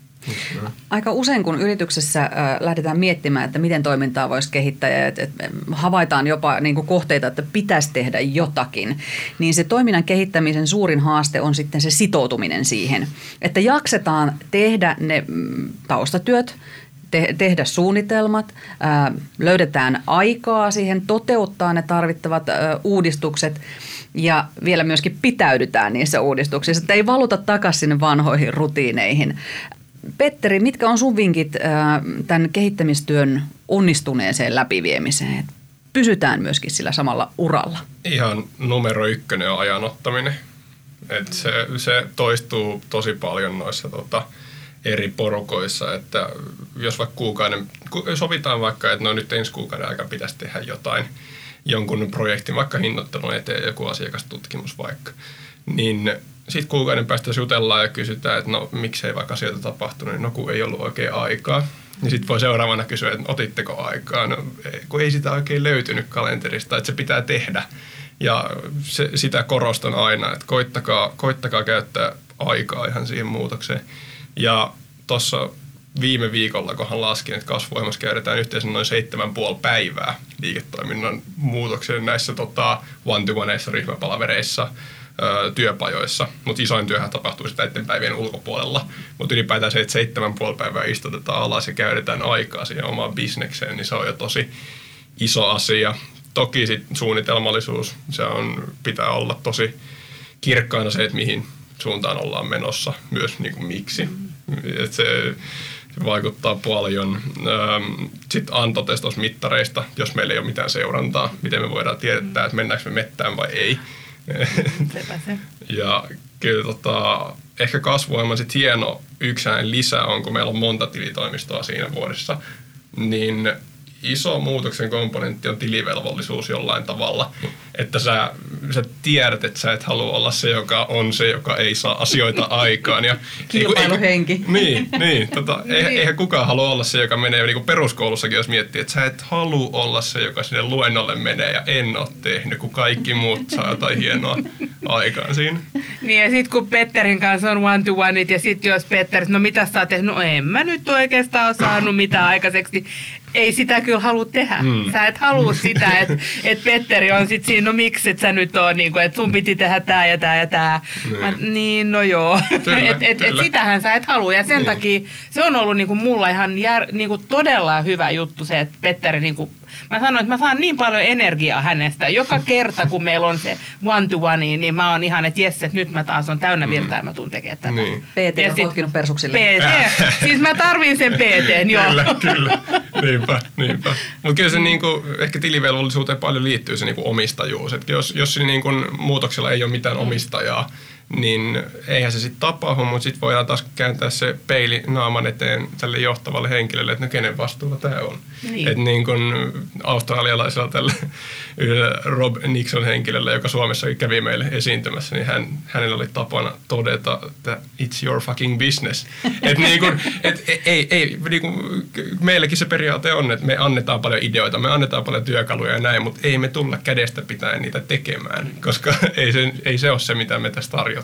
Aika usein, kun yrityksessä äh, lähdetään miettimään, että miten toimintaa voisi kehittää ja et, et, havaitaan jopa niin kuin kohteita, että pitäisi tehdä jotakin, niin se toiminnan kehittämisen suurin haaste on sitten se sitoutuminen siihen, että jaksetaan tehdä ne mm, taustatyöt, te- tehdä suunnitelmat, äh, löydetään aikaa siihen, toteuttaa ne tarvittavat äh, uudistukset ja vielä myöskin pitäydytään niissä uudistuksissa, että ei valuta takaisin sinne vanhoihin rutiineihin. Petteri, mitkä on sun vinkit tämän kehittämistyön onnistuneeseen läpiviemiseen? Pysytään myöskin sillä samalla uralla. Ihan numero ykkönen on ajanottaminen. Et se, se toistuu tosi paljon noissa tota, eri porukoissa, että jos vaikka kuukauden, sovitaan vaikka, että no nyt ensi kuukauden aikana pitäisi tehdä jotain, jonkun projektin, vaikka hinnoittelun eteen joku asiakastutkimus vaikka, niin sitten kuukauden päästä jutellaan ja kysytään, että no miksei vaikka asioita tapahtunut, niin no kun ei ollut oikein aikaa. Ja sitten voi seuraavana kysyä, että otitteko aikaa, no kun ei sitä oikein löytynyt kalenterista, että se pitää tehdä. Ja se, sitä korostan aina, että koittakaa, koittakaa käyttää aikaa ihan siihen muutokseen. Ja tuossa viime viikolla, kunhan laskin, että kasvuohjelmassa käytetään yhteensä noin seitsemän puoli päivää liiketoiminnan muutokseen näissä tota, one-to-oneissa, ryhmäpalavereissa, työpajoissa, mutta isoin työhän tapahtuu sitä näiden päivien ulkopuolella. Mutta ylipäätään se, että seitsemän puoli päivää istutetaan alas ja käytetään aikaa siihen omaan bisnekseen, niin se on jo tosi iso asia. Toki sit suunnitelmallisuus, se on, pitää olla tosi kirkkaana se, että mihin suuntaan ollaan menossa, myös niin kuin miksi. Et se, se vaikuttaa paljon. Sitten Anto testasi mittareista, jos meillä ei ole mitään seurantaa, miten me voidaan tietää, että mennäänkö me mettään vai ei. Sepä se. Ja kyllä tota, ehkä kasvuohjelman sit hieno yksiäinen lisä on, kun meillä on monta tilitoimistoa siinä vuodessa, niin iso muutoksen komponentti on tilivelvollisuus jollain tavalla, että sä, sä tiedät, että sä et halua olla se, joka on se, joka ei saa asioita aikaan. Ja, Kilpailuhenki. Niin, niin, tota, eihän kukaan halua olla se, joka menee niin kuin peruskoulussakin, jos miettii, että sä et halua olla se, joka sinne luennolle menee ja en ole tehnyt, kun kaikki muut saa jotain hienoa aikaan siinä. Niin ja sitten kun Petterin kanssa on one to one ja sitten jos Petteri, no mitä sä oot tehnyt, no en mä nyt oikeastaan ole saanut mitään aikaiseksi. Ei sitä kyllä halua tehdä. Mm. Sä et halua sitä, että et Petteri on sit siinä, no miksi et sä nyt on, niin että sun piti tehdä tää ja tää ja tää. Niin, Mä, niin no joo. Kyllä, et, et, et sitähän sä et halua. Ja sen niin. takia se on ollut niin kuin mulla ihan jär, niin kuin todella hyvä juttu se, että Petteri niin kuin mä sanoin, että mä saan niin paljon energiaa hänestä. Joka kerta, kun meillä on se one to one, niin mä oon ihan, että jes, että nyt mä taas on täynnä virtaa ja mä tuun tekemään tätä. Niin. P T on potkinut persuksille. P T. Siis mä tarvin sen P T:n, joo. Kyllä, kyllä. Niinpä, niinpä. Mutta kyllä se niinku, ehkä tilivelvollisuuteen paljon liittyy se niinku omistajuus. Et jos, jos siinä niinku muutoksella ei ole mitään omistajaa, niin eihän se sitten tapahdu, mutta sitten voidaan taas kääntää se peili naaman eteen tälle johtavalle henkilölle, että no kenen vastuulla tämä on. Niin. Että niin kuin australialaisella tällä Rob Nixon henkilöllä, joka Suomessakin kävi meille esiintymässä, niin hän, hänellä oli tapana todeta, että it's your fucking business. Että niin kuin, et, ei, ei, niin kuin, meilläkin se periaate on, että me annetaan paljon ideoita, me annetaan paljon työkaluja ja näin, mutta ei me tulla kädestä pitäen niitä tekemään, koska ei se, ei se ole se, mitä me tässä tarjotaan.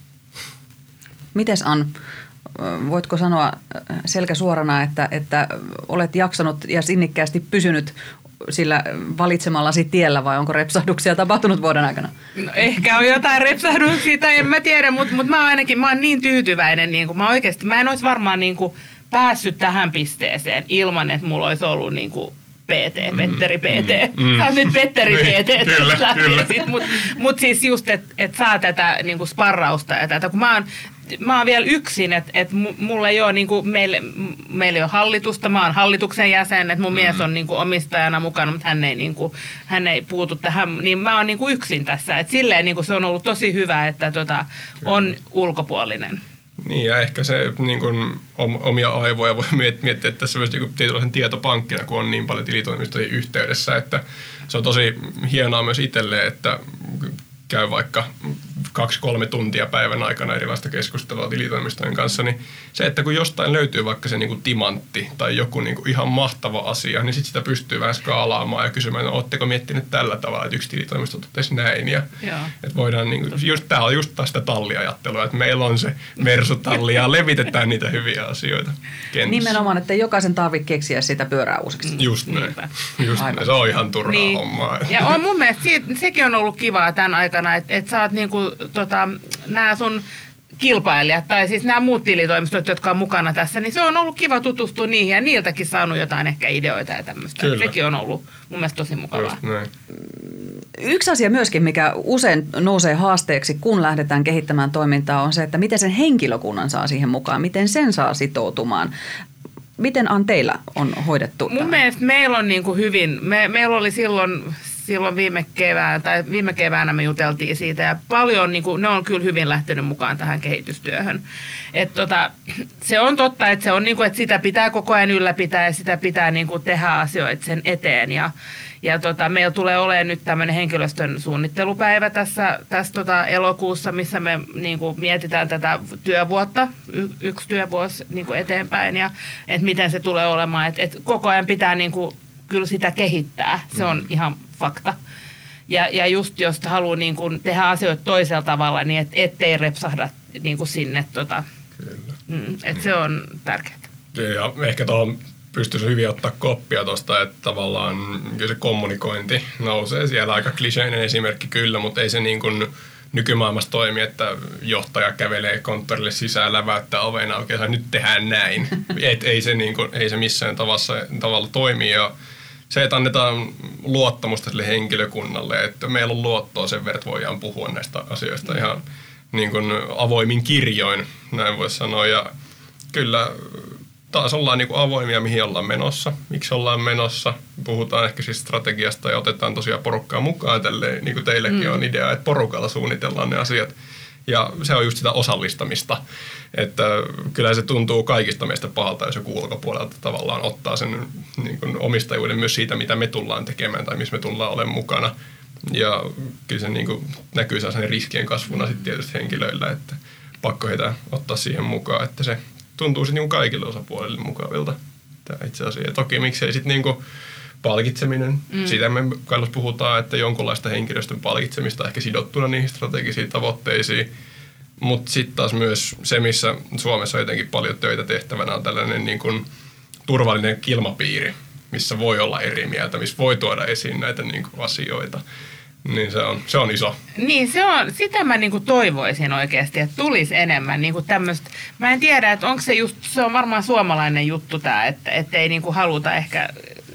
Mites Ann, voitko sanoa selkä suorana, että, että olet jaksanut ja sinnikkäästi pysynyt sillä valitsemallasi tiellä vai onko repsahduksia tapahtunut vuoden aikana? No, ehkä on jotain repsahduksia tai en mä tiedä, mutta, mutta mä ainakin mä oon niin tyytyväinen. Niin kuin mä oikeasti, mä en olisi varmaan niin kuin päässyt tähän pisteeseen ilman, että mulla olisi ollut niin kuin P T, Petteri P T. Mm. Sä oot nyt Petteri P T. Kyllä, kyllä. Mutta mut siis just, että et saa tätä niinku sparrausta ja tätä. Kun mä oon, mä oon vielä yksin, että et mulla ei ole, niinku, meille, meillä ei ole hallitusta. Mä oon hallituksen jäsen, että mun mm. mies on niinku omistajana mukana, mutta hän ei, niinku, hän ei puutu tähän. Niin mä oon niinku yksin tässä. Et silleen niinku se on ollut tosi hyvä, että tota, on ulkopuolinen. Niin, ja ehkä se niin kuin, omia aivoja voi miettiä tässä myös niin tietynlaisen tietopankkina, kun on niin paljon tilitoimistojen yhteydessä, että se on tosi hienoa myös itselleen, että käy vaikka kaksi-kolme tuntia päivän aikana erilaista keskustelua tilitoimistojen kanssa, niin se, että kun jostain löytyy vaikka se niin kuin timantti tai joku niin kuin ihan mahtava asia, niin sitten sitä pystyy vähän skaalaamaan ja kysymään, no ootteko miettinyt tällä tavalla, että yksi tilitoimisto totesi näin. Ja, että voidaan, niin kuin, just, tää on just taas sitä talliajattelua, että meillä on se mersutalli ja levitetään niitä hyviä asioita kentässä. Nimenomaan, että jokaisen tarvitse keksiä sitä pyörää uusiksi. Just näin. Just näin. Se on ihan turhaa niin. hommaa. Ja on mun mielestä siitä, sekin on ollut kivaa tämän aikana, että, että sä oot niinku, tota, nämä sun kilpailijat tai siis nämä muut tilitoimistot, jotka on mukana tässä, niin se on ollut kiva tutustua niihin ja niiltäkin saanut jotain ehkä ideoita ja tämmöistä. Kyllä. Sekin on ollut mun mielestä tosi mukavaa. Yksi asia myöskin, mikä usein nousee haasteeksi, kun lähdetään kehittämään toimintaa, on se, että miten sen henkilökunnan saa siihen mukaan, miten sen saa sitoutumaan. Miten Ann teillä on hoidettu? Mun mielestä meillä on niin kuin hyvin, me, meillä oli silloin... Silloin viime keväänä, tai viime keväänä me juteltiin siitä ja paljon, niin kuin, ne on kyllä hyvin lähtenyt mukaan tähän kehitystyöhön. Et tota, se on totta, että, se on, niin kuin, että sitä pitää koko ajan ylläpitää ja sitä pitää niin kuin, tehdä asioita sen eteen. Ja, ja tota, meillä tulee olemaan nyt tämmöinen henkilöstön suunnittelupäivä tässä, tässä tota, elokuussa, missä me niin kuin, mietitään tätä työvuotta, y, yksi työvuosi niin kuin eteenpäin ja että miten se tulee olemaan. Et, et koko ajan pitää niin kuin, kyllä sitä kehittää, se on ihan fakta. Ja, ja just jos haluaa niin kuin tehdä asioita toisella tavalla, niin et, ettei repsahda niin kuin sinne. Tota, mm, että se on tärkeää. Ja ehkä tuohon pystyisi hyvin ottaa koppia tuosta, että tavallaan kyllä se kommunikointi nousee siellä. Aika kliseinen esimerkki kyllä, mutta ei se niin kuin nykymaailmassa toimi, että johtaja kävelee konttorille sisään, läväyttää oven auki ja nyt tehdään näin. Et ei, se niin kuin, ei se missään tavassa, tavalla toimi. Ja se, että annetaan luottamusta sille henkilökunnalle, että meillä on luottoa sen verran, että voidaan puhua näistä asioista mm. ihan niin kuin avoimin kirjoin, näin voisi sanoa. Ja kyllä taas ollaan niin kuin avoimia, mihin ollaan menossa, miksi ollaan menossa. Puhutaan ehkä siis strategiasta ja otetaan tosiaan porukkaa mukaan tälleen, niin kuin teillekin mm. on idea, että porukalla suunnitellaan ne asiat. Ja se on just sitä osallistamista, että kyllä se tuntuu kaikista meistä pahalta, jos joku ulkopuolelta tavallaan ottaa sen niin kuin omistajuuden myös siitä, mitä me tullaan tekemään tai missä me tullaan olemaan mukana. Ja kyllä se niin kuin näkyy sellaisen riskien kasvuna sitten tietysti henkilöillä, että pakko heitä ottaa siihen mukaan, että se tuntuu sitten niin kuin kaikille osapuolille mukavilta itse asiassa. Ja toki miksei sitten niin kuin palkitseminen. Mm. Siitä me Kailos puhutaan, että jonkunlaista henkilöstön palkitsemista ehkä sidottuna niihin strategisiin tavoitteisiin. Mutta sitten taas myös se, missä Suomessa on jotenkin paljon töitä tehtävänä, on tällainen niin kuin turvallinen ilmapiiri, missä voi olla eri mieltä, missä voi tuoda esiin näitä niin kuin asioita. Niin se on, se on iso. Niin, se on, sitä mä niinku toivoisin oikeasti, että tulisi enemmän niinku tämmöistä. Mä en tiedä, että onko se just, se on varmaan suomalainen juttu tämä, että, että ei niinku haluta ehkä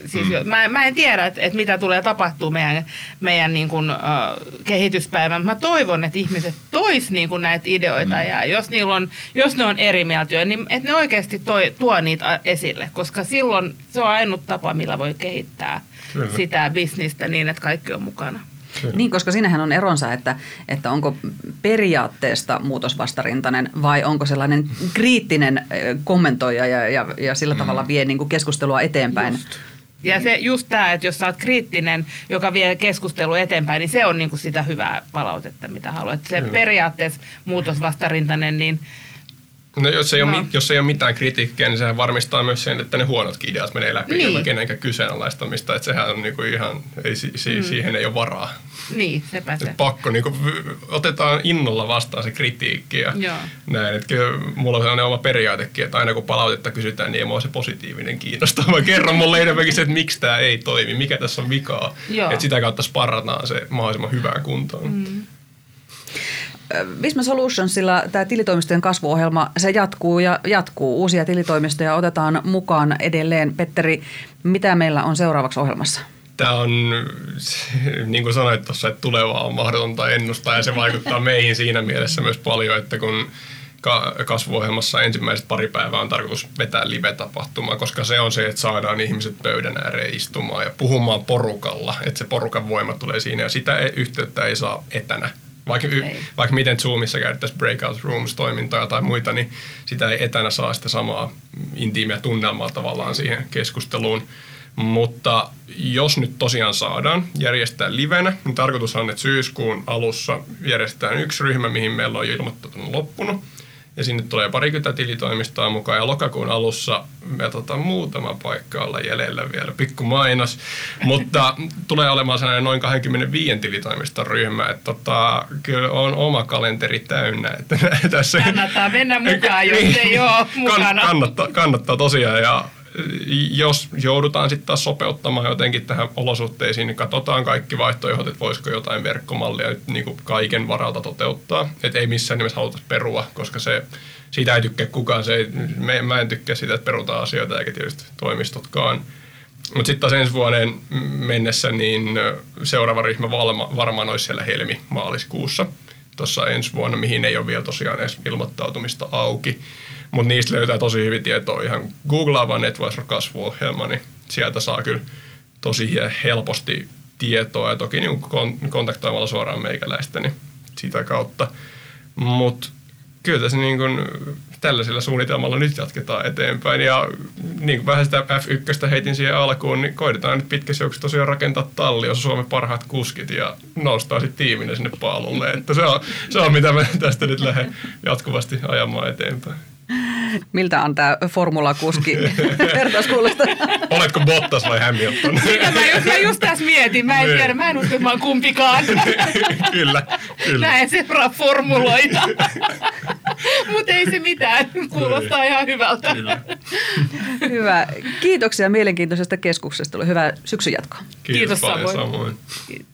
siis mm. mä, mä en tiedä, että, että mitä tulee tapahtuu meidän, meidän niin kuin, uh, kehityspäivän. Mä toivon, että ihmiset tois niin kuin näitä ideoita mm. ja jos, niillä on, jos ne on eri mieltä, niin että ne oikeasti toi, tuo niitä esille, koska silloin se on ainut tapa, millä voi kehittää Kyllä. sitä bisnistä niin, että kaikki on mukana. Kyllä. Niin, koska siinähän on eronsa, että, että onko periaatteesta muutosvastarintainen vai onko sellainen kriittinen kommentoija ja, ja, ja sillä mm. tavalla vie niin kuin keskustelua eteenpäin. Just. Ja se just tämä, että jos sä oot kriittinen, joka vie keskustelua eteenpäin, niin se on niin kuin sitä hyvää palautetta, mitä haluat. Se Kyllä. periaatteessa muutosvastarintainen, niin No jos ei, no. ole, jos ei ole mitään kritiikkiä, niin sehän varmistaa myös sen, että ne huonotkin ideat menee läpi niin. ilman kenenkään kyseenalaistamista. Että sehän on niinku ihan, ei, si, mm. siihen ei ole varaa. Niin, sepä se. Pakko, niinku, otetaan innolla vastaan se kritiikki ja Joo. näin. Että mulla on sellainen oma periaatekin, että aina kun palautetta kysytään, niin ei mua se positiivinen kiinnostaa. Mä kerron mulle enemmänkin se, että miksi tämä ei toimi, mikä tässä on vikaa. Että sitä kautta sparrataan se mahdollisimman hyvään kuntoon. Mm. Visma Solutionsilla tämä tilitoimistojen kasvuohjelma, se jatkuu ja jatkuu. Uusia tilitoimistoja otetaan mukaan edelleen. Petteri, mitä meillä on seuraavaksi ohjelmassa? Tämä on, niin kuin sanoit tuossa, että tulevaa on mahdotonta ennustaa ja se vaikuttaa meihin siinä mielessä myös paljon, että kun kasvuohjelmassa ensimmäiset pari päivää on tarkoitus vetää live-tapahtumaa, koska se on se, että saadaan ihmiset pöydän ääreen istumaan ja puhumaan porukalla, että se porukan voima tulee siinä ja sitä yhteyttä ei saa etänä. Vaikka, vaikka miten Zoomissa käytettäisiin breakout rooms-toimintoja tai muita, niin sitä ei etänä saa sitä samaa intiimiä tunnelmaa tavallaan siihen keskusteluun. Mutta jos nyt tosiaan saadaan järjestää livenä, niin tarkoitus on, että syyskuun alussa järjestetään yksi ryhmä, mihin meillä on jo ilmoittautunut loppunut. Ja sinne tulee parikymmentä tilitoimistoa mukaan ja lokakuun alussa me tota, muutama paikka olla jäljellä vielä, pikku mainos. Mutta tulee olemaan sellainen noin kaksikymmentäviisi tilitoimiston ryhmä, että tota, kyllä on oma kalenteri täynnä. Että tässä kannattaa mennä mukaan, jos ei ole mukana. Kannattaa, kannattaa tosiaan ja jos joudutaan sitten taas sopeuttamaan jotenkin tähän olosuhteisiin, niin katsotaan kaikki vaihtoehdot, että voisiko jotain verkkomallia nyt niin kuin kaiken varalta toteuttaa. Että ei missään nimessä haluta perua, koska se, siitä ei tykkää kukaan. Se ei, me, mä en tykkää sitä, että perutaan asioita, eikä tietysti toimistotkaan. Mutta sitten taas ensi vuoden mennessä niin seuraava ryhmä valma, varmaan olisi siellä helmi-maaliskuussa. Tuossa ensi vuonna, mihin ei ole vielä tosiaan edes ilmoittautumista auki. Mutta niistä löytää tosi hyvin tietoa ihan googlaava NetWise-kasvuohjelma, niin sieltä saa kyllä tosi helposti tietoa ja toki niin kontaktoimalla suoraan meikäläistä niin sitä kautta. Mutta kyllä tässä niin kuin tällaisella suunnitelmalla nyt jatketaan eteenpäin ja niin kuin vähän sitä F yksi heitin siihen alkuun, niin koitetaan nyt pitkässä juoksussa tosiaan rakentaa talli, jossa Suomen parhaat kuskit ja noustaan sitten tiiminä sinne paalulle. Että se on, se on mitä mä tästä nyt lähden jatkuvasti ajamaan eteenpäin. Miltä on tämä formulakuski vertauskuulosta? Oletko Bottas vai Hamilton? Sitä mä just, mä just tässä mietin. Mä en niin. tiedä, mä en usko, että mä oon kumpikaan. Kyllä, kyllä. Mä en seuraa formuloita. Mutta ei se mitään. Kuulostaa ihan hyvältä. Kyllä. Hyvä. Kiitoksia mielenkiintoisesta keskuksesta. Hyvää syksyn jatkoa. Kiitos, Kiitos paljon samoin. samoin.